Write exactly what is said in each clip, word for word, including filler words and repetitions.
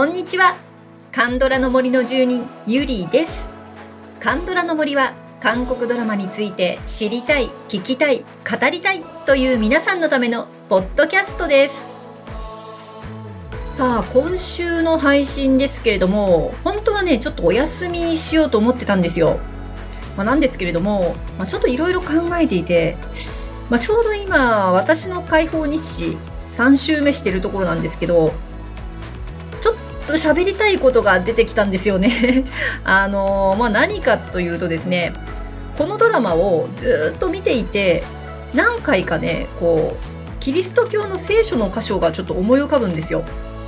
こんにちは。カンドラの森の住人ゆりです。カンドラの森は韓国ドラマについて知りたい、聞きたい、語りたいという皆さんのためのポッドキャストです。さあ、今週の配信ですけれども、本当はねちょっとお休みしようと思ってたんですよ。まあ、なんですけれども、まあ、ちょっといろいろ考えていて、まあ、ちょうど今私の解放日誌さん週目してるところなんですけど、ちょっと喋りたいことが出てきたんですよねあのまあ、何かというとですね、このドラマをずっと見ていて、何回かねこうキリスト教の聖書の箇所がちょっと思い浮かぶんですよ。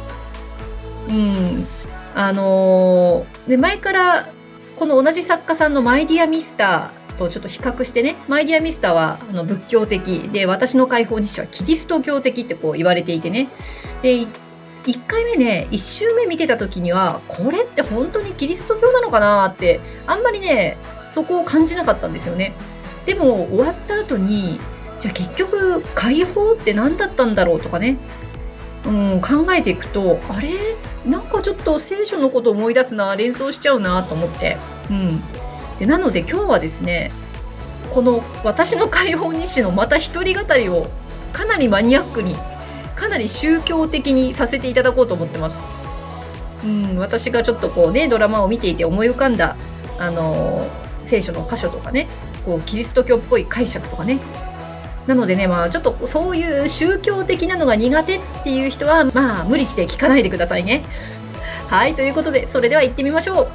うんあのー、で前からこの同じ作家さんのマイディアミスターとちょっと比較してね、マイディアミスターはあの仏教的で、私の解放日誌はキリスト教的ってこう言われていてね、でいっかいめねいち週目見てた時には、これって本当にキリスト教なのかなってあんまりねそこを感じなかったんですよね。でも終わった後に、じゃあ結局解放って何だったんだろうとかね、うん、考えていくと、あれなんかちょっと聖書のこと思い出すな、連想しちゃうなと思って、うん、でなので今日はですね、この私の解放日誌のまた一人語りをかなりマニアックに、かなり宗教的にさせていただこうと思ってます。うん、私がちょっとこうねドラマを見ていて思い浮かんだ、あのー、聖書の箇所とかね、こうキリスト教っぽい解釈とかね。なのでね、まあちょっとそういう宗教的なのが苦手っていう人はまあ無理して聞かないでくださいね。はい、ということでそれでは行ってみましょう。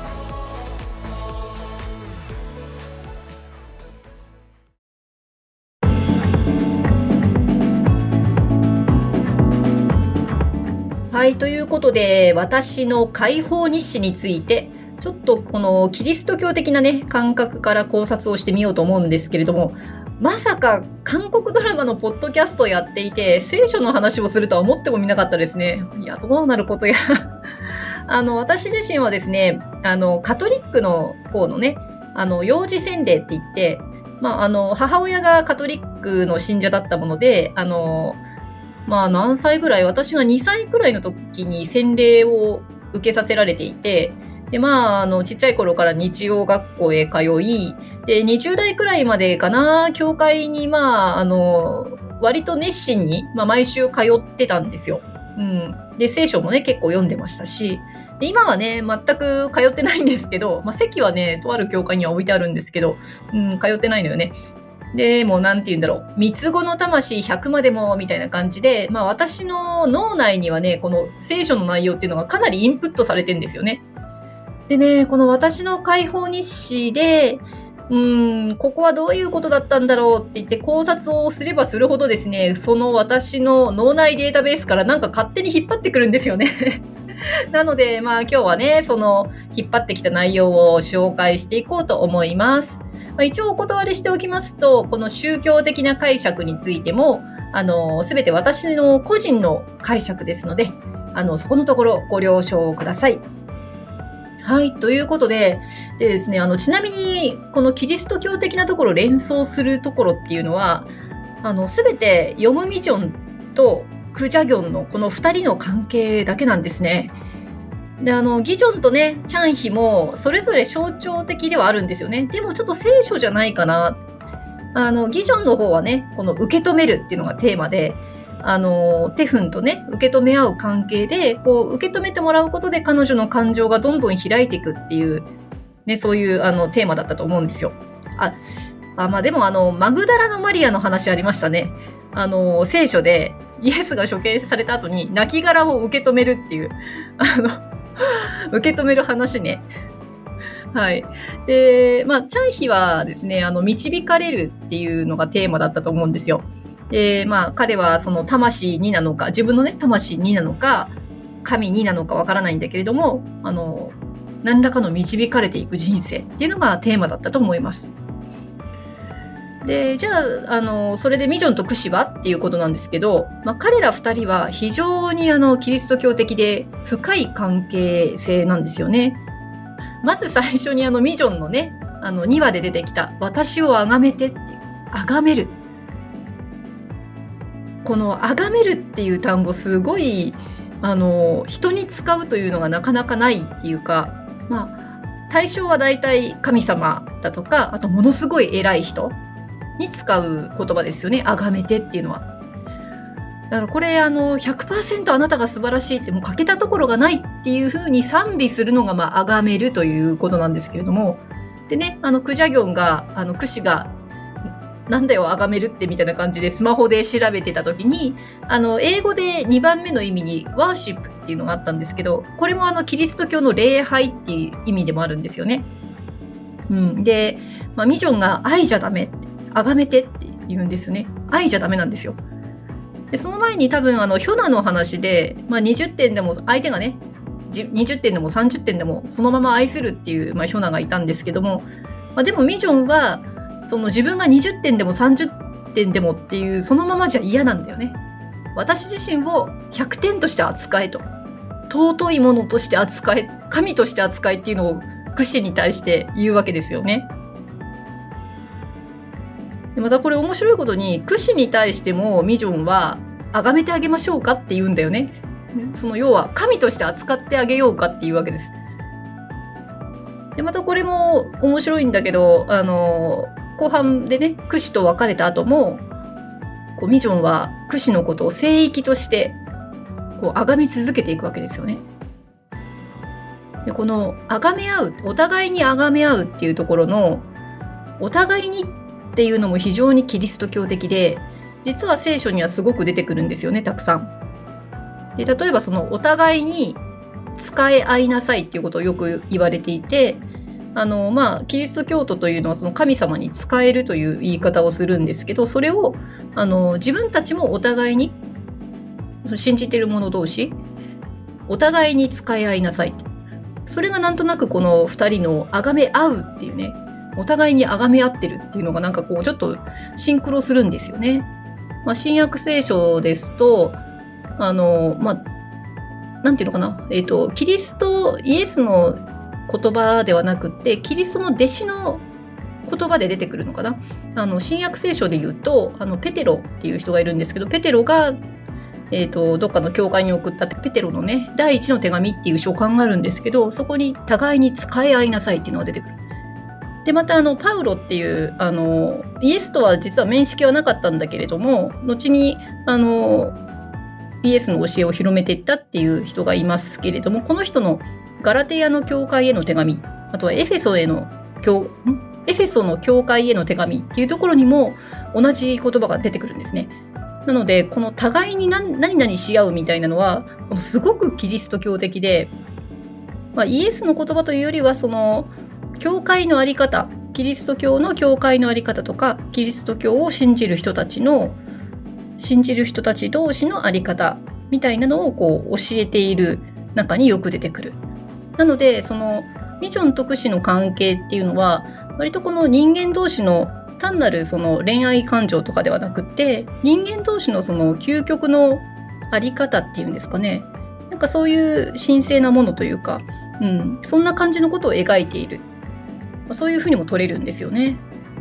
はい、ということで私の解放日誌についてちょっとこのキリスト教的なね感覚から考察をしてみようと思うんですけれども、まさか韓国ドラマのポッドキャストをやっていて聖書の話をするとは思ってもみなかったですね。いや、どうなることやあの私自身はですね、あのカトリックの方のね、あの幼児洗礼って言って、まあ、あの母親がカトリックの信者だったもので、あのまあ何歳ぐらい、私がにさいくらいの時に洗礼を受けさせられていて、でまああのちっちゃい頃から日曜学校へ通い、でにじゅう代くらいまでかな、教会にまああの割と熱心に、まあ、毎週通ってたんですよ。うん、で聖書もね結構読んでましたし、で今はね全く通ってないんですけど、まあ、席はねとある教会には置いてあるんですけど、うん、通ってないのよね。でもうなんて言うんだろう、三つ子の魂ひゃくまでもみたいな感じで、まあ私の脳内にはねこの聖書の内容っていうのがかなりインプットされてんですよね。でね、この私の解放日誌で、うーん、ここはどういうことだったんだろうって言って考察をすればするほどですね、その私の脳内データベースからなんか勝手に引っ張ってくるんですよね。なので、まあ今日はね、その引っ張ってきた内容を紹介していこうと思います。まあ、一応お断りしておきますと、この宗教的な解釈についても、あの、すべて私の個人の解釈ですので、あの、そこのところご了承ください。はい、ということで、でですね、あの、ちなみに、このキリスト教的なところを連想するところっていうのは、あの、すべてヨムミジョンとクジャギョンのこの二人の関係だけなんですね。で、あの、ギジョンとね、チャンヒもそれぞれ象徴的ではあるんですよね。でもちょっと聖書じゃないかな。あの、ギジョンの方はね、この受け止めるっていうのがテーマで、あの、テフンとね、受け止め合う関係で、こう、受け止めてもらうことで彼女の感情がどんどん開いていくっていう、ね、そういうあのテーマだったと思うんですよ。あ、あまあでもあの、マグダラのマリアの話ありましたね。あの、聖書でイエスが処刑された後に亡骸を受け止めるっていう、あの、受け止める話ね。はい。で、まあ、チャンヒはですね、あの、導かれるっていうのがテーマだったと思うんですよ。で、まあ、彼はその魂になのか、自分のね、魂になのか、神になのかわからないんだけれども、あの、何らかの導かれていく人生っていうのがテーマだったと思います。で、じゃあ、あの、それでミジョンとクシはっていうことなんですけど、まあ、彼ら二人は非常にあの、キリスト教的で深い関係性なんですよね。まず最初にあの、ミジョンのね、あの、にわで出てきた、私を崇めてっていう、崇める。この崇めるっていう単語すごいあの人に使うというのがなかなかないっていうか、まあ対象はだいたい神様だとか、あとものすごい偉い人に使う言葉ですよね。崇めてっていうのは。だからこれあの ひゃくパーセント あなたが素晴らしいってもう欠けたところがないっていう風に賛美するのがまあ崇めるということなんですけれども、でね、あのクジャギョンがあのクシがなんだよ崇めるってみたいな感じでスマホで調べてた時に、あの英語でにばんめの意味にワーシップっていうのがあったんですけど、これもあのキリスト教の礼拝っていう意味でもあるんですよね。うん、で、まあ、ミジョンが愛じゃダメって崇めてって言うんですよね。愛じゃダメなんですよ。でその前に多分あのヒョナの話で、まあ、にじゅってんでも相手がねにじゅってんでもさんじゅってんでもそのまま愛するっていう、まあ、ヒョナがいたんですけども、まあ、でもミジョンはその自分がにじゅってんでもさんじゅってんでもっていうそのままじゃ嫌なんだよね。私自身をひゃくてんとして扱えと、尊いものとして扱え、神として扱えっていうのをクシに対して言うわけですよね。でまたこれ面白いことにクシに対してもミジョンは崇めてあげましょうかって言うんだよね。その要は神として扱ってあげようかっていうわけです。でまたこれも面白いんだけど、あの後半でねクシと別れた後もこうミジョンはクシのことを聖域としてこう崇め続けていくわけですよね。でこの崇め合う、お互いに崇め合うっていうところのお互いにっていうのも非常にキリスト教的で、実は聖書にはすごく出てくるんですよね、たくさん。で例えばそのお互いに仕え合いなさいっていうことをよく言われていて、あのまあキリスト教徒というのはその神様に仕えるという言い方をするんですけど、それをあの自分たちもお互いにその信じている者同士お互いに仕え合いなさいって、それがなんとなくこのふたりの崇め合うっていうね、お互いに崇め合ってるっていうのがなんかこうちょっとシンクロするんですよね。まあ、新約聖書ですとあのまあなんていうのかな、えっとキリストイエスの言葉ではなくってキリストの弟子の言葉で出てくるのかな。あの新約聖書で言うとあのペテロっていう人がいるんですけど、ペテロが、えー、とどっかの教会に送ったペテロのね第一の手紙っていう書簡があるんですけど、そこに互いに仕え合いなさいっていうのが出てくる。でまたあのパウロっていうあのイエスとは実は面識はなかったんだけれども、後にあのイエスの教えを広めていったっていう人がいますけれども、この人のガラテヤの教会への手紙、あとはエフェソへの教エフェソの教会への手紙っていうところにも同じ言葉が出てくるんですね。なのでこの互いに何何々し合うみたいなのはこのすごくキリスト教的で、まあ、イエスの言葉というよりはその教会のあり方、キリスト教の教会のあり方とかキリスト教を信じる人たちの信じる人たち同士のあり方みたいなのをこう教えている中によく出てくる。なのでそのミジョンとクシの関係っていうのは割とこの人間同士の単なるその恋愛感情とかではなくって人間同士のその究極のあり方っていうんですかね、なんかそういう神聖なものというか、うん、そんな感じのことを描いている、そういうふうにも取れるんですよね。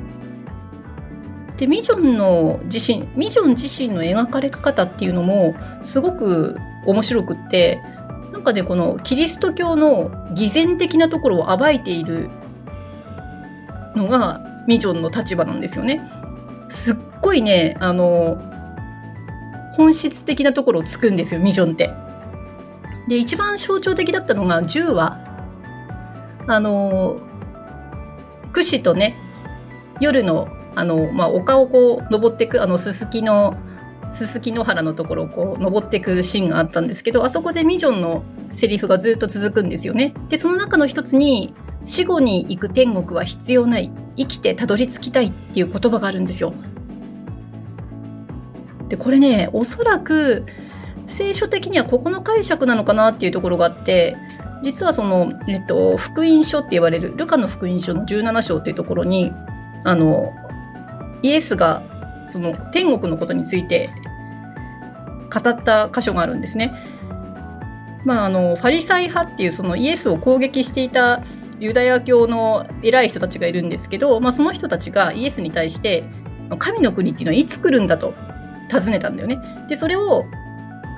でミジョンの自身ミジョン自身の描かれ方っていうのもすごく面白くって、なんかねこのキリスト教の偽善的なところを暴いているのがミジョンの立場なんですよね。すっごいねあの本質的なところをつくんですよミジョンって。で一番象徴的だったのがじゅうわ、あのクシとね夜のあの、まあ、丘をこう登っていくあのススキのススキ野原のところをこう登っていくシーンがあったんですけど、あそこでミジョンのセリフがずっと続くんですよね。でその中の一つに死後に行く天国は必要ない、生きてたどり着きたいっていう言葉があるんですよ。でこれねおそらく聖書的にはここの解釈なのかなっていうところがあって、実はその、えっと、福音書って言われるルカの福音書のじゅうなな章っていうところにあのイエスがその天国のことについて語った箇所があるんですね。まあ、あのファリサイ派っていうそのイエスを攻撃していたユダヤ教の偉い人たちがいるんですけど、まあ、その人たちがイエスに対して神の国っていうのはいつ来るんだと尋ねたんだよね。でそれを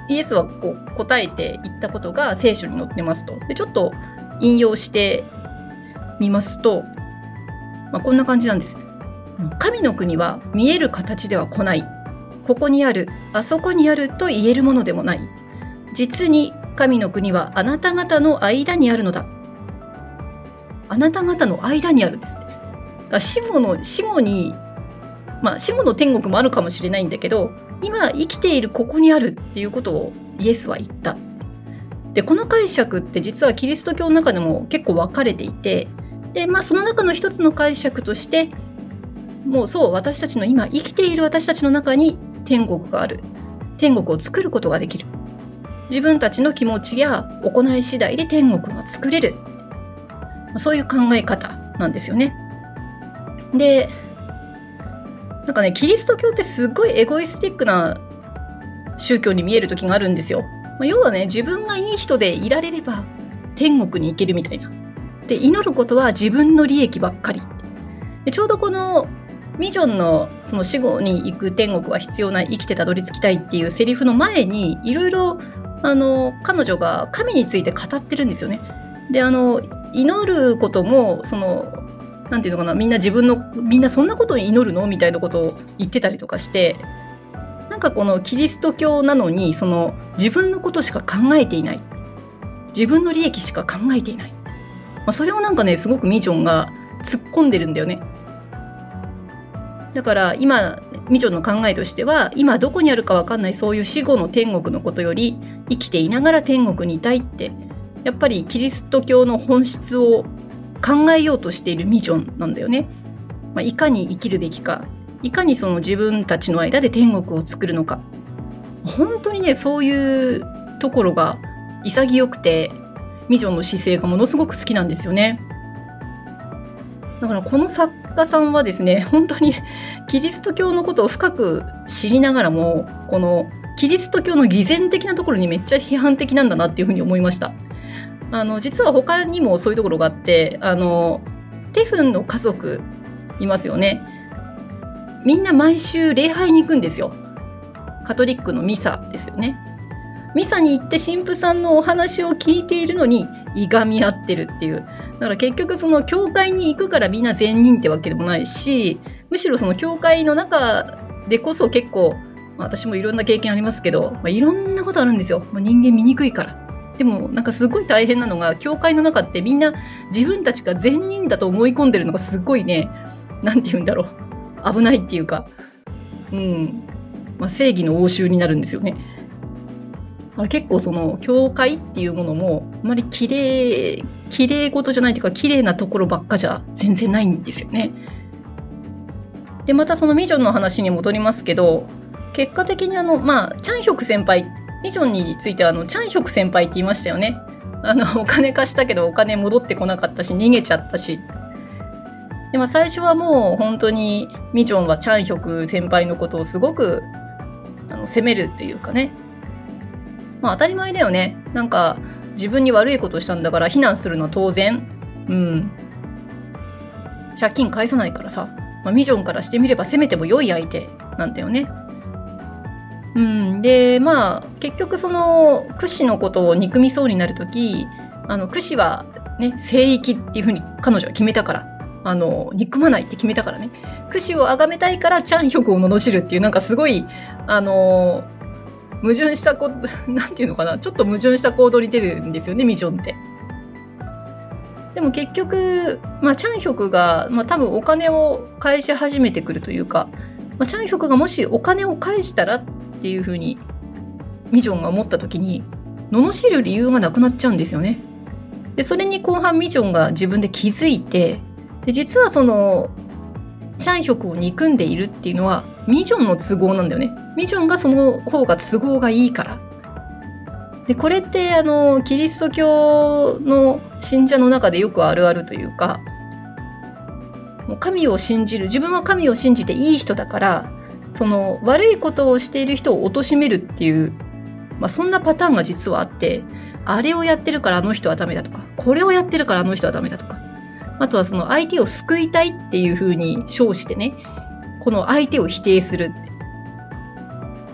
イエスはこう答えていったことが聖書に載ってますと。でちょっと引用してみますと、まあ、こんな感じなんです。神の国は見える形では来ない。ここにある、あそこにあると言えるものでもない。実に神の国はあなた方の間にあるのだ。あなた方の間にあるんですね。だから死後の死後に、まあ死後の天国もあるかもしれないんだけど、今生きているここにあるっていうことをイエスは言った。でこの解釈って実はキリスト教の中でも結構分かれていて、で、まあ、その中の一つの解釈として、もうそう私たちの今生きている私たちの中に天国がある。天国を作ることができる。自分たちの気持ちや行い次第で天国が作れる。そういう考え方なんですよね。でなんかね、キリスト教ってすごいエゴイスティックな宗教に見える時があるんですよ。まあ、要はね、自分がいい人でいられれば天国に行けるみたいな。で、祈ることは自分の利益ばっかり。でちょうどこのミジョンのその死後に行く天国は必要ない、生きてたどり着きたいっていうセリフの前に、いろいろあの彼女が神について語ってるんですよね。で、あの祈ることもそのなんていうのかな、みんな自分のみんなそんなことに祈るのみたいなことを言ってたりとかして、なんかこのキリスト教なのにその自分のことしか考えていない、自分の利益しか考えていない、まあ、それをなんかねすごくミジョンが突っ込んでるんだよね。だから今ミジョンの考えとしては、今どこにあるか分かんないそういう死後の天国のことより、生きていながら天国にいたいって、やっぱりキリスト教の本質を考えようとしているミジョンなんだよね。まあ、いかに生きるべきか、いかにその自分たちの間で天国を作るのか、本当にねそういうところが潔くて、ミジョンの姿勢がものすごく好きなんですよね。だからこの作家さんはですね、本当にキリスト教のことを深く知りながらも、このキリスト教の偽善的なところにめっちゃ批判的なんだなっていうふうに思いました。あの実は他にもそういうところがあって、あのテフンの家族いますよね。みんな毎週礼拝に行くんですよ。カトリックのミサですよね。ミサに行って神父さんのお話を聞いているのにいがみ合ってるっていう。だから結局その教会に行くからみんな善人ってわけでもないし、むしろその教会の中でこそ結構、まあ、私もいろんな経験ありますけど、まあ、いろんなことあるんですよ。まあ、人間醜いから。でもなんかすごい大変なのが、教会の中ってみんな自分たちが善人だと思い込んでるのがすごいね、なんて言うんだろう、危ないっていうか、うん、まあ、正義の応酬になるんですよね。まあ、結構その教会っていうものもあまり綺麗綺麗事じゃないというか、綺麗なところばっかじゃ全然ないんですよね。でまたそのミジョンの話に戻りますけど、結果的にあのまあチャンヒョク先輩、ミジョンについてはあのチャンヒョク先輩って言いましたよね。あのお金貸したけどお金戻ってこなかったし、逃げちゃったし。で、まあ、最初はもう本当にミジョンはチャンヒョク先輩のことをすごくあの責めるっていうかね、まあ当たり前だよね。なんか自分に悪いことをしたんだから非難するのは当然。うん。借金返さないからさ、まあ、ミジョンからしてみればせめても良い相手なんだよね。うん。で、まあ結局そのクシのことを憎みそうになるとき、あのクシはね聖域っていうふうに彼女は決めたから。あの憎まないって決めたからね。クシを崇めたいからチャンヒョクを罵るっていう、なんかすごいあの矛盾したこなんていうのかな、ちょっと矛盾した行動に出るんですよね、ミジョンって。でも結局、まあ、チャンヒョクが、まあ、多分お金を返し始めてくるというか、まあ、チャンヒョクがもしお金を返したらっていうふうにミジョンが思った時に、罵る理由がなくなっちゃうんですよね。でそれに後半ミジョンが自分で気づいて、で実はそのチャンヒョクを憎んでいるっていうのはミジョンの都合なんだよね。ミジョンがその方が都合がいいから。でこれってあのキリスト教の信者の中でよくあるあるというか、もう神を信じる、自分は神を信じていい人だから、その悪いことをしている人を貶めるっていう、まあ、そんなパターンが実はあって、あれをやってるからあの人はダメだとか、これをやってるからあの人はダメだとか、あとはその相手を救いたいっていう風に称してね、この相手を否定する。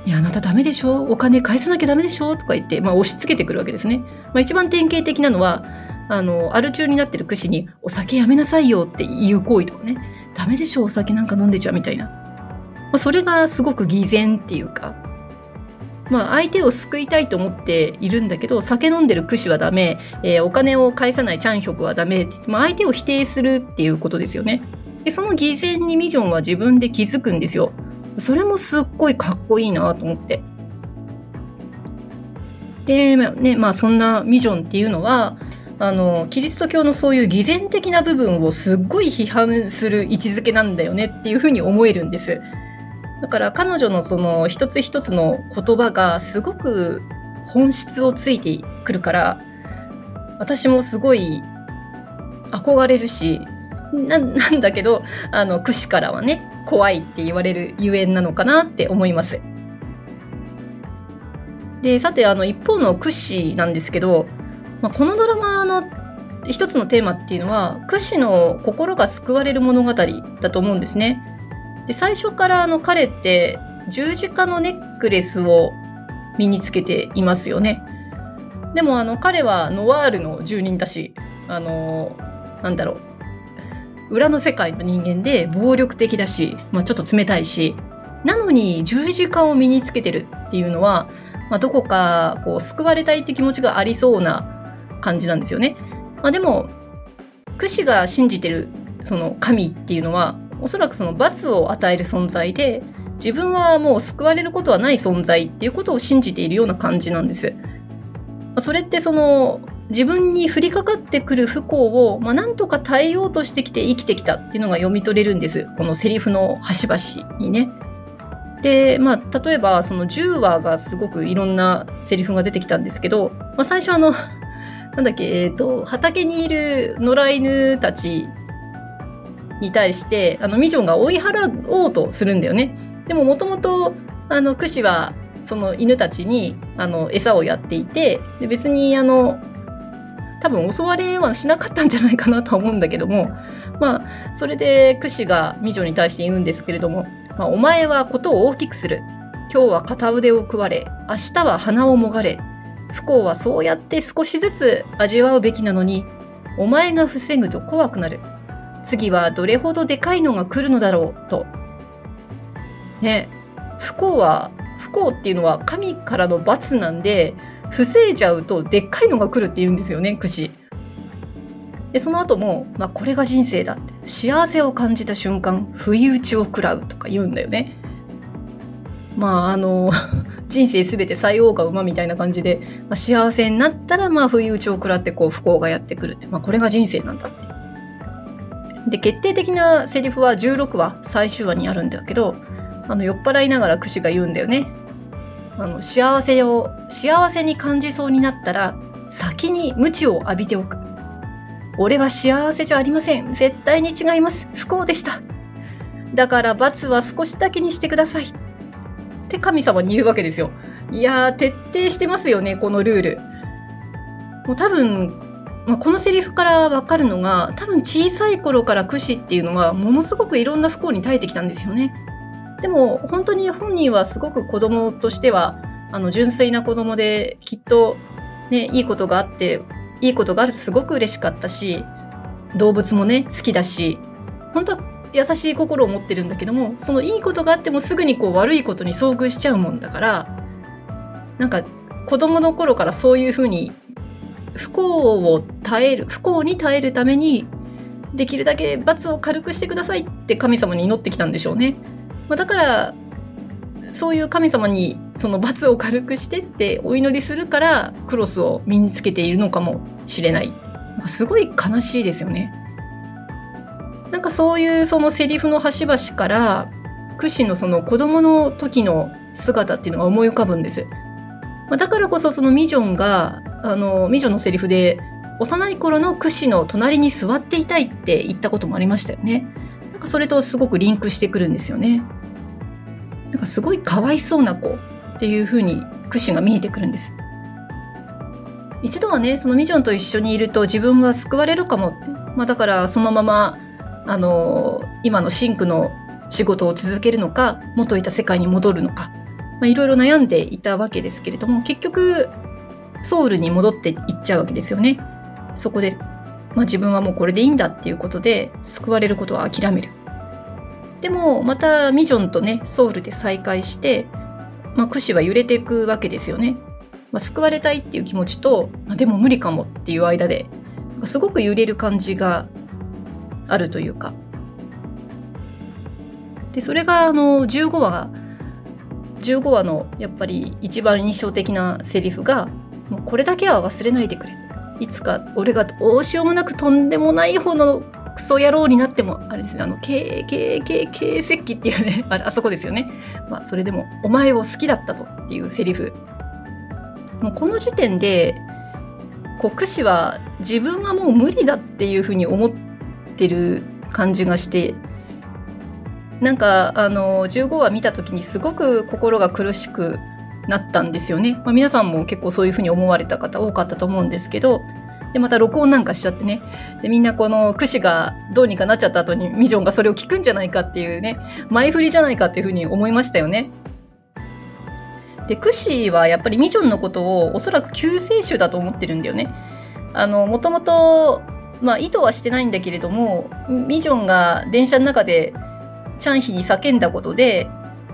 いやあなたダメでしょ、お金返さなきゃダメでしょとか言って、まあ、押し付けてくるわけですね。まあ、一番典型的なのはあのアル中になってるクシにお酒やめなさいよっていう行為とかね、ダメでしょお酒なんか飲んでちゃうみたいな、まあ、それがすごく偽善っていうか、まあ、相手を救いたいと思っているんだけど酒飲んでるクシはダメ、えー、お金を返さないチャンヒョクはダメって、まあ、相手を否定するっていうことですよね。でその偽善にミジョンは自分で気づくんですよ。それもすっごいかっこいいなと思って。で、まあねまあ、そんなミジョンっていうのはあのキリスト教のそういう偽善的な部分をすっごい批判する位置づけなんだよねっていうふうに思えるんです。だから彼女のその一つ一つの言葉がすごく本質をついてくるから私もすごい憧れるし な, なんだけどあのクシからはね怖いって言われるゆえんなのかなって思います。でさてあの一方のクシなんですけど、まあ、このドラマの一つのテーマっていうのはクシの心が救われる物語だと思うんですね。で最初からあの彼って十字架のネックレスを身につけていますよね。でもあの彼はノワールの住人だし、あのなんだろう裏の世界の人間で暴力的だし、まあ、ちょっと冷たいし、なのに十字架を身につけてるっていうのは、まあ、どこかこう救われたいって気持ちがありそうな感じなんですよね。まあ、でもクシが信じてるその神っていうのはおそらくその罰を与える存在で自分はもう救われることはない存在っていうことを信じているような感じなんです。それってその自分に降りかかってくる不幸を、まあ、なんとか耐えようとしてきて生きてきたっていうのが読み取れるんです。このセリフの端々にね。で、まあ、例えばそのじゅうわがすごくいろんなセリフが出てきたんですけど、まあ、最初あのなんだっけ、えーと、畑にいる野良犬たちに対してあのミジョンが追い払おうとするんだよね。でももともとあのクシはその犬たちにあの餌をやっていて、で別にあの多分襲われはしなかったんじゃないかなとは思うんだけども、まあそれでクシがミジョンに対して言うんですけれども、まあ、お前はことを大きくする、今日は片腕を食われ、明日は鼻をもがれ、不幸はそうやって少しずつ味わうべきなのに、お前が防ぐと怖くなる、次はどれほどでかいのが来るのだろうとね。不幸は不幸っていうのは神からの罰なんで、防いじゃうとでっかいのが来るって言うんですよね、クシ。でその後も、まあ、これが人生だって、幸せを感じた瞬間不意打ちを食らうとか言うんだよね。まああの人生すべて西欧が馬みたいな感じで、まあ、幸せになったらまあ不意打ちを食らってこう不幸がやってくるって、まあ、これが人生なんだって。で決定的なセリフはじゅうろくわ最終話にあるんだけど、あの酔っ払いながらクシが言うんだよね。あの幸せを幸せに感じそうになったら先に鞭を浴びておく。俺は幸せじゃありません、絶対に違います、不幸でした、だから罰は少しだけにしてくださいって神様に言うわけですよ。いやー徹底してますよねこのルール。もう多分まあ、このセリフから分かるのが、多分小さい頃からクシっていうのはものすごくいろんな不幸に耐えてきたんですよね。でも本当に本人はすごく子供としてはあの純粋な子供で、きっと、ね、いいことがあっていいことがあるとすごく嬉しかったし、動物もね好きだし、本当は優しい心を持ってるんだけども、そのいいことがあってもすぐにこう悪いことに遭遇しちゃうもんだから、なんか子供の頃からそういう風に不幸を耐える、不幸に耐えるためにできるだけ罰を軽くしてくださいって神様に祈ってきたんでしょうね。まあ、だからそういう神様にその罰を軽くしてってお祈りするからクロスを身につけているのかもしれない。なんかすごい悲しいですよね。なんかそういうそのセリフの端々からクシのその子供の時の姿っていうのが思い浮かぶんです。まあ、だからこそそのミジョンがあのミジョンのセリフで幼い頃のクシの隣に座っていたいって言ったこともありましたよね。なんかそれとすごくリンクしてくるんですよね。なんかすごいかわいそうな子っていう風にクシが見えてくるんです。一度はねそのミジョンと一緒にいると自分は救われるかも、まあ、だからそのままあの今のシンクの仕事を続けるのか元いた世界に戻るのか、 まあ、いろいろ悩んでいたわけですけれども、結局ソウルに戻っていっちゃうわけですよね。そこで、まあ、自分はもうこれでいいんだっていうことで救われることは諦める。でもまたミジョンとねソウルで再会して、まあ、クシは揺れていくわけですよね。まあ、救われたいっていう気持ちと、まあ、でも無理かもっていう間で、なんかすごく揺れる感じがあるというか。でそれがあのじゅうごわじゅうごわのやっぱり一番印象的なセリフが、もうこれだけは忘れないでくれ。いつか俺がどうしようもなくとんでもないほどのクソ野郎になっても、あれですね、あの ケーケーケー ケー石器っていうね、あれあそこですよね。まあそれでもお前を好きだったとっていうセリフ。もうこの時点でこうクシは自分はもう無理だっていうふうに思ってる感じがして、なんかあのじゅうごわ見た時にすごく心が苦しくなったんですよね。まあ、皆さんも結構そういうふうに思われた方多かったと思うんですけど、でまた録音なんかしちゃってね、でみんなこのクシがどうにかなっちゃった後にミジョンがそれを聞くんじゃないかっていうね、前振りじゃないかっていうふうに思いましたよね。でクシはやっぱりミジョンのことをおそらく救世主だと思ってるんだよね。あのもともとまあ意図はしてないんだけれども、ミジョンが電車の中でチャンヒに叫んだことで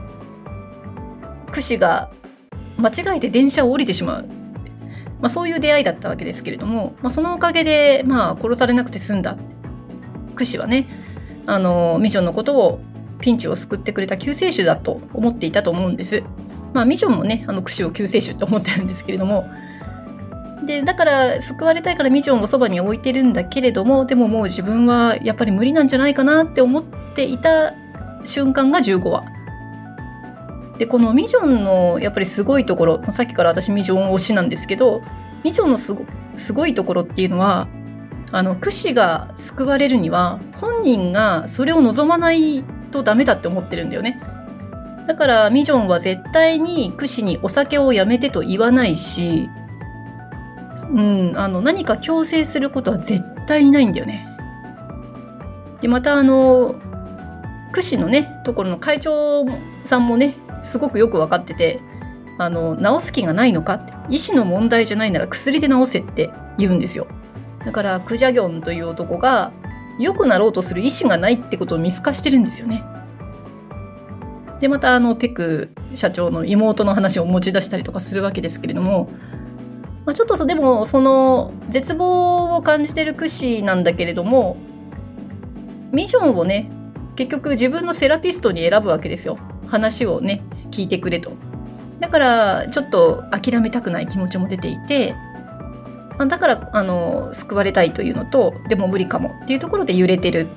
クシが間違えて電車を降りてしまう、まあ、そういう出会いだったわけですけれども、まあ、そのおかげで、まあ、殺されなくて済んだ。クシはね、あのミジョンのことをピンチを救ってくれた救世主だと思っていたと思うんです。まあ、ミジョンもねあのクシを救世主と思ってるんですけれども、でだから救われたいからミジョンをそばに置いてるんだけれども、でももう自分はやっぱり無理なんじゃないかなって思っていた瞬間がじゅうごわで、このミジョンのやっぱりすごいところ、さっきから私ミジョン推しなんですけど、ミジョンのす ご, すごいところっていうのは、あのクシが救われるには本人がそれを望まないとダメだって思ってるんだよね。だからミジョンは絶対にクシにお酒をやめてと言わないし、うん、あの何か強制することは絶対にないんだよね。でまたあのクシのねところの会長さんもねすごくよく分かってて、あの治す気がないのかって、医師の問題じゃないなら薬で治せって言うんですよ。だからクジャギョンという男が良くなろうとする意思がないってことを見透かしてるんですよね。でまたあのペク社長の妹の話を持ち出したりとかするわけですけれども、まあ、ちょっとでもその絶望を感じてるクシなんだけれども、ミジョンをね結局自分のセラピストに選ぶわけですよ。話をね聞いてくれと。だからちょっと諦めたくない気持ちも出ていて、だからあの救われたいというのと、でも無理かもっていうところで揺れてる。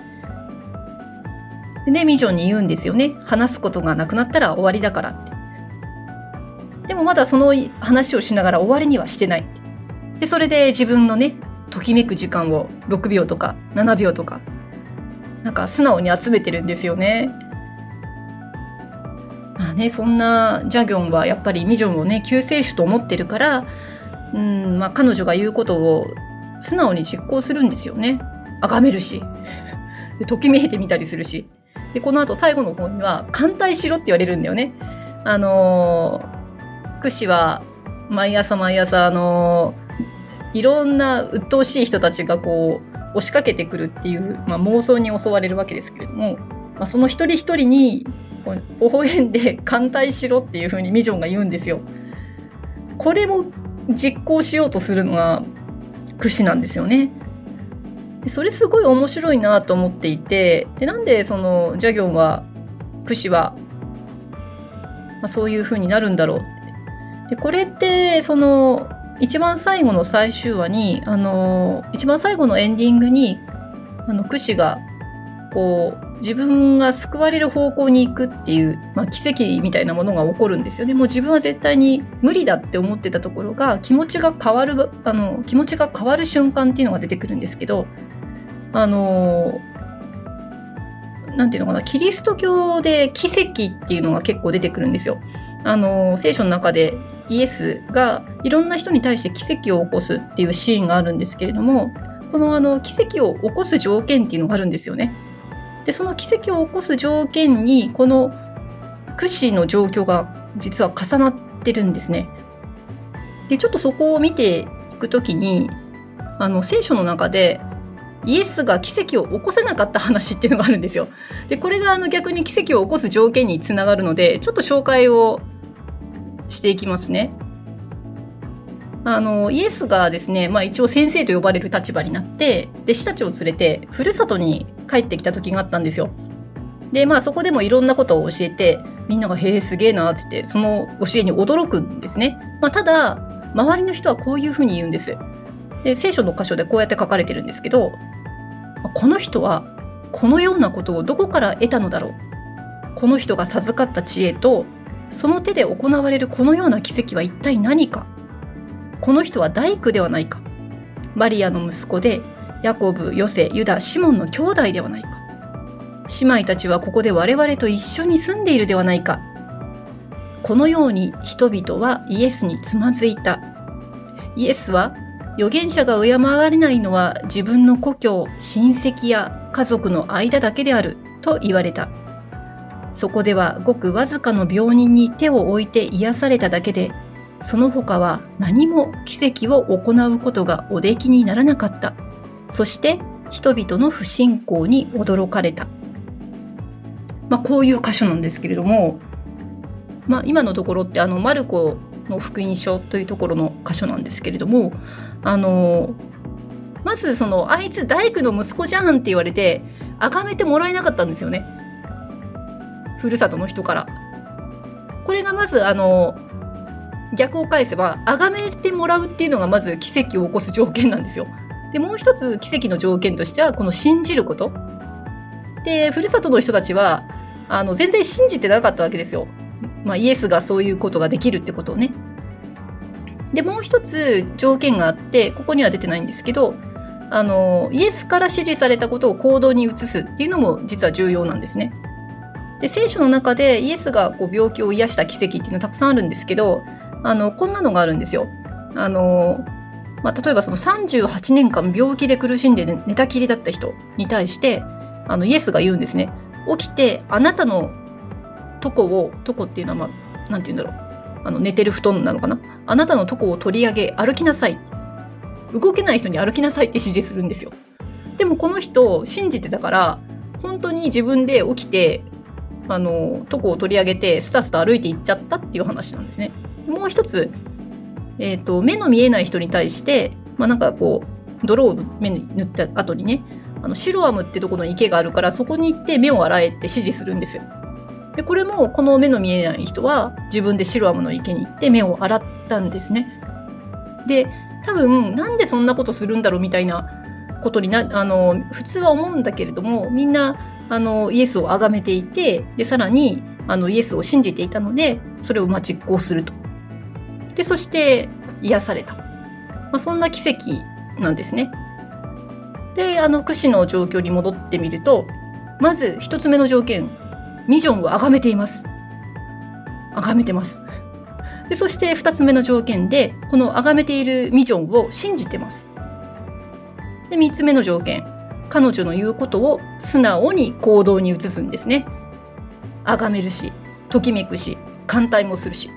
でミジョンに言うんですよね。話すことがなくなったら終わりだからって。でもまだその話をしながら終わりにはしてない。でそれで自分のねときめく時間をろくびょうとかななびょうとかなんか素直に集めてるんですよね。まあね、そんなジャギョンはやっぱりミジョンをね救世主と思ってるから、うん、まあ、彼女が言うことを素直に実行するんですよね。崇めるしでときめいてみたりするし、でこの後最後の方には歓待しろって言われるんだよね。あのー、クシは毎朝毎朝、あのー、いろんな鬱陶しい人たちがこう押しかけてくるっていう、まあ、妄想に襲われるわけですけれども、まあ、その一人一人に微笑んで歓待しろっていう風にミジョンが言うんですよ。これも実行しようとするのがクシなんですよね。でそれすごい面白いなと思っていて、でなんでそのジャギョンはクシは、まあ、そういう風になるんだろう。でこれってその一番最後の最終話に、あの一番最後のエンディングにあのクシがこう自分が救われる方向に行くっていう、まあ、奇跡みたいなものが起こるんですよね。もう自分は絶対に無理だって思ってたところが気持ちが変わるあの気持ちが変わる瞬間っていうのが出てくるんですけど、あのなんていうのかな、キリスト教で奇跡っていうのが結構出てくるんですよ。あの聖書の中でイエスがいろんな人に対して奇跡を起こすっていうシーンがあるんですけれども、このあの奇跡を起こす条件っていうのがあるんですよね。でその奇跡を起こす条件にこのクシの状況が実は重なってるんですね。で、ちょっとそこを見ていくときに、あの聖書の中でイエスが奇跡を起こせなかった話っていうのがあるんですよ。で、これがあの逆に奇跡を起こす条件につながるので、ちょっと紹介をしていきますね。あのイエスがですね、まあ、一応先生と呼ばれる立場になって弟子たちを連れてふるさとに帰ってきた時があったんですよ。で、まあそこでもいろんなことを教えて、みんながへえすげえなって言ってその教えに驚くんですね。まあ、ただ周りの人はこういうふうに言うんです。で、聖書の箇所でこうやって書かれてるんですけど、この人はこのようなことをどこから得たのだろう。この人が授かった知恵とその手で行われるこのような奇跡は一体何か。この人は大工ではないか。マリアの息子でヤコブ、ヨセ、ユダ、シモンの兄弟ではないか。姉妹たちはここで我々と一緒に住んでいるではないか。このように人々はイエスにつまずいた。イエスは預言者が敬われないのは自分の故郷、親戚や家族の間だけであると言われた。そこではごくわずかの病人に手を置いて癒されただけで、その他は何も奇跡を行うことがおできにならなかった。そして人々の不信仰に驚かれた。まあ、こういう箇所なんですけれども、まあ、今のところってあのマルコの福音書というところの箇所なんですけれども、あのまずそのあいつ大工の息子じゃんって言われて崇めてもらえなかったんですよね、ふるさとの人から。これがまずあの逆を返せば崇めてもらうっていうのがまず奇跡を起こす条件なんですよ。で、もう一つ奇跡の条件としてはこの信じることで、ふるさとの人たちはあの全然信じてなかったわけですよ。まあ、イエスがそういうことができるってことをね。で、もう一つ条件があって、ここには出てないんですけど、あのイエスから指示されたことを行動に移すっていうのも実は重要なんですね。で、聖書の中でイエスがこう病気を癒した奇跡っていうのはたくさんあるんですけど、あのこんなのがあるんですよ。あの、まあ、例えばそのさんじゅうはちねんかん病気で苦しんで寝たきりだった人に対してあのイエスが言うんですね。起きてあなたのとこを、とこっていうのは、まあ、なんて言うんだろう、あの寝てる布団なのかな、あなたのとこを取り上げ歩きなさい、動けない人に歩きなさいって指示するんですよ。でもこの人信じてたから本当に自分で起きてあのとこを取り上げてスタスタ歩いていっちゃったっていう話なんですね。もう一つ、えーと、目の見えない人に対して、まあ、なんかこう泥を目に塗った後にね、あのシロアムってとこの池があるからそこに行って目を洗えって指示するんですよ。で、これもこの目の見えない人は自分でシロアムの池に行って目を洗ったんですね。で、多分なんでそんなことするんだろうみたいなことにな、あの普通は思うんだけれども、みんなあのイエスを崇めていて、でさらにあのイエスを信じていたのでそれをまあ実行すると。で、そして癒された、まあ、そんな奇跡なんですね。で、あの苦死の状況に戻ってみると、まず一つ目の条件、ミジョンを崇めています。崇めてます。で、そして二つ目の条件で、この崇めているミジョンを信じてます。で、三つ目の条件、彼女の言うことを素直に行動に移すんですね。崇めるし、ときめくし、歓待もするし。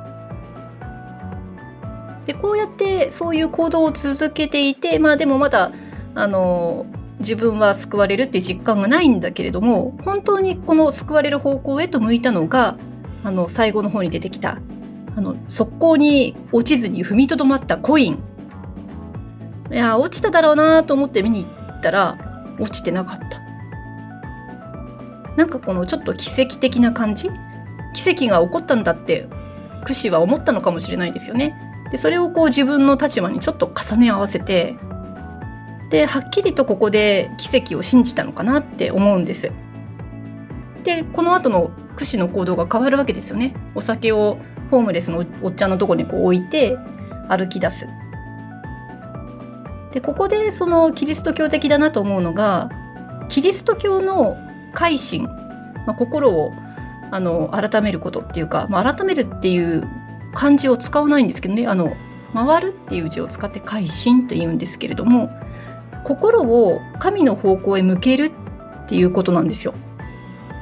で、こうやってそういう行動を続けていて、まあでもまだあの自分は救われるっていう実感がないんだけれども、本当にこの救われる方向へと向いたのが、あの最後の方に出てきたあの側溝に落ちずに踏みとどまったコイン。いや、落ちただろうなと思って見に行ったら落ちてなかった。なんかこのちょっと奇跡的な感じ、奇跡が起こったんだってクシは思ったのかもしれないですよね。で、それをこう自分の立場にちょっと重ね合わせて、で、はっきりとここで奇跡を信じたのかなって思うんです。で、この後のクシの行動が変わるわけですよね。お酒をホームレスのおっちゃんのところにこう置いて歩き出す。で、ここでそのキリスト教的だなと思うのが、キリスト教の改心、まあ、心をあの改めることっていうか、まあ、改めるっていう漢字を使わないんですけどね、あの回るっていう字を使って改心って言うんですけれども、心を神の方向へ向けるっていうことなんですよ。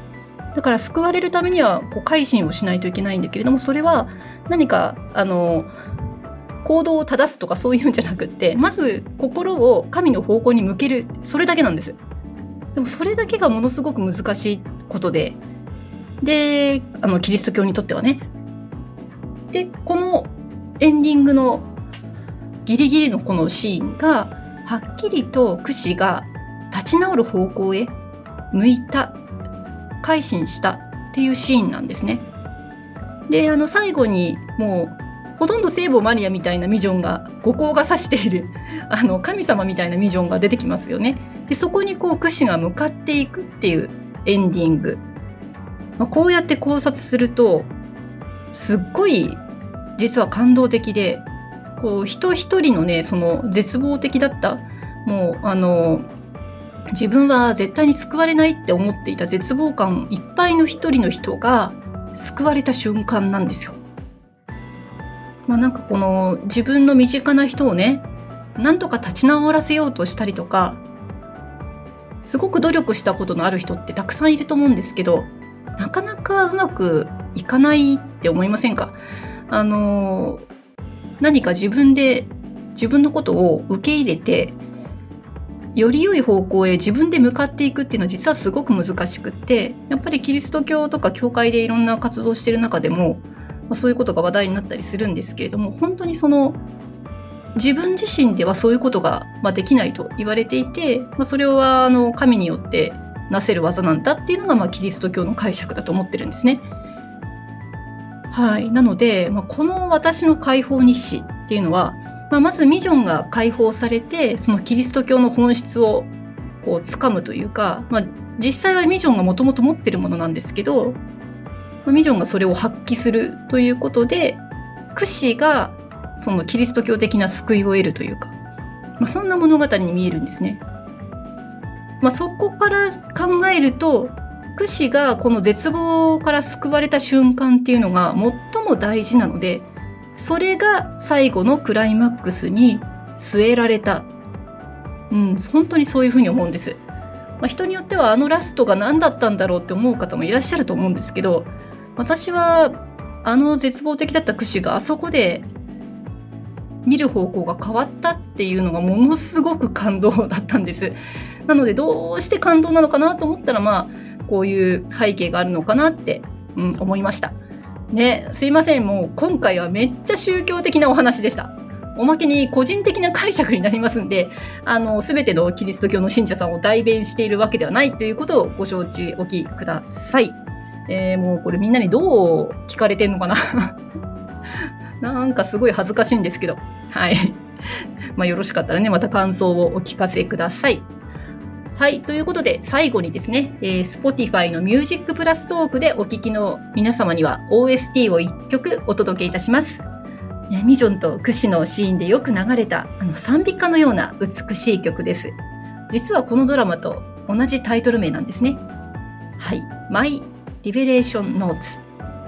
だから救われるためにはこう改心をしないといけないんだけれども、それは何かあの行動を正すとかそういうんじゃなくって、まず心を神の方向に向ける、それだけなんです。でもそれだけがものすごく難しいことで、であのキリスト教にとってはね。でこのエンディングのギリギリのこのシーンがはっきりとクシが立ち直る方向へ向いた、改心したっていうシーンなんですね。であの最後にもうほとんど聖母マリアみたいなミジョンが、五光が指しているあの神様みたいなミジョンが出てきますよね。でそこにこうクシが向かっていくっていうエンディング、まあ、こうやって考察するとすっごい実は感動的で、こう人一人のねその絶望的だった、もうあの自分は絶対に救われないって思っていた絶望感いっぱいの一人の人が救われた瞬間なんですよ。まあなんかこの自分の身近な人をね、なんとか立ち直らせようとしたりとか、すごく努力したことのある人ってたくさんいると思うんですけど、なかなかうまくいかないって思いませんか？あの何か自分で自分のことを受け入れて、より良い方向へ自分で向かっていくっていうのは実はすごく難しくって、やっぱりキリスト教とか教会でいろんな活動している中でも、まあ、そういうことが話題になったりするんですけれども、本当にその自分自身ではそういうことが、まあ、できないと言われていて、まあ、それはあの神によってなせる技なんだっていうのが、まあ、キリスト教の解釈だと思ってるんですね。はい、なので、まあ、この私の解放日誌っていうのは、まあ、まずミジョンが解放されて、そのキリスト教の本質をこう掴むというか、まあ、実際はミジョンがもともと持ってるものなんですけど、まあ、ミジョンがそれを発揮するということで、クシがそのキリスト教的な救いを得るというか、まあ、そんな物語に見えるんですね。まあ、そこから考えると、クシがこの絶望から救われた瞬間っていうのが最も大事なので、それが最後のクライマックスに据えられた。うん、本当にそういうふうに思うんです。まあ、人によってはあのラストが何だったんだろうって思う方もいらっしゃると思うんですけど、私はあの絶望的だったクシがあそこで見る方向が変わったっていうのがものすごく感動だったんです。なのでどうして感動なのかなと思ったら、まあこういう背景があるのかなって、うん、思いましたね。すいません、もう今回はめっちゃ宗教的なお話でした。おまけに個人的な解釈になりますんで、あの全てのキリスト教の信者さんを代弁しているわけではないということをご承知おきください。えー、もうこれみんなにどう聞かれてんのかななんかすごい恥ずかしいんですけど、はいまあよろしかったらね、また感想をお聞かせください。はい、ということで最後にですね、えー、Spotify のミュージックプラストークでお聞きの皆様には オーエスティー をいっきょくお届けいたします。ミジョンとクシのシーンでよく流れたあの賛美歌のような美しい曲です。実はこのドラマと同じタイトル名なんですね。はい、My Liberation Notes。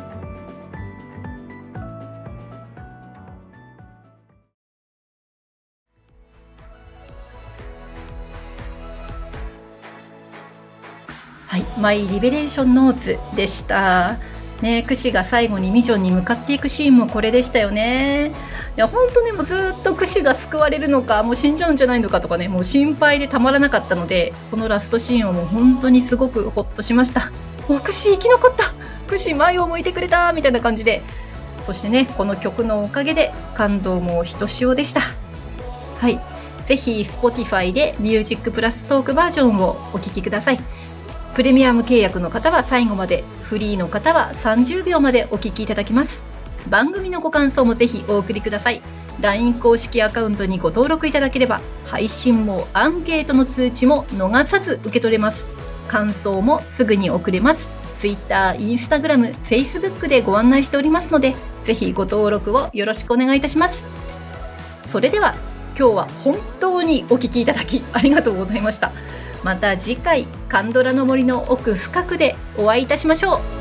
はい、マイリベレーションノーツでしたね。クシが最後にミジョンに向かっていくシーンもこれでしたよね。いや本当ね、もうずっとクシが救われるのか、もう死んじゃうんじゃないのかとかね、もう心配でたまらなかったので、このラストシーンはもう本当にすごくホッとしました。もうクシ生き残った、クシ前を向いてくれたみたいな感じで、そしてね、この曲のおかげで感動もひとしおでした。はい、ぜひ Spotify でミュージックプラストークバージョンをお聴きください。プレミアム契約の方は最後まで、フリーの方はさんじゅうびょうまでお聞きいただきます。番組のご感想もぜひお送りください。 ライン 公式アカウントにご登録いただければ、配信もアンケートの通知も逃さず受け取れます。感想もすぐに送れます。 Twitter、Instagram、Facebook でご案内しておりますので、ぜひご登録をよろしくお願いいたします。それでは今日は本当にお聞きいただきありがとうございました。また次回カンドラの森の奥深くでお会いいたしましょう。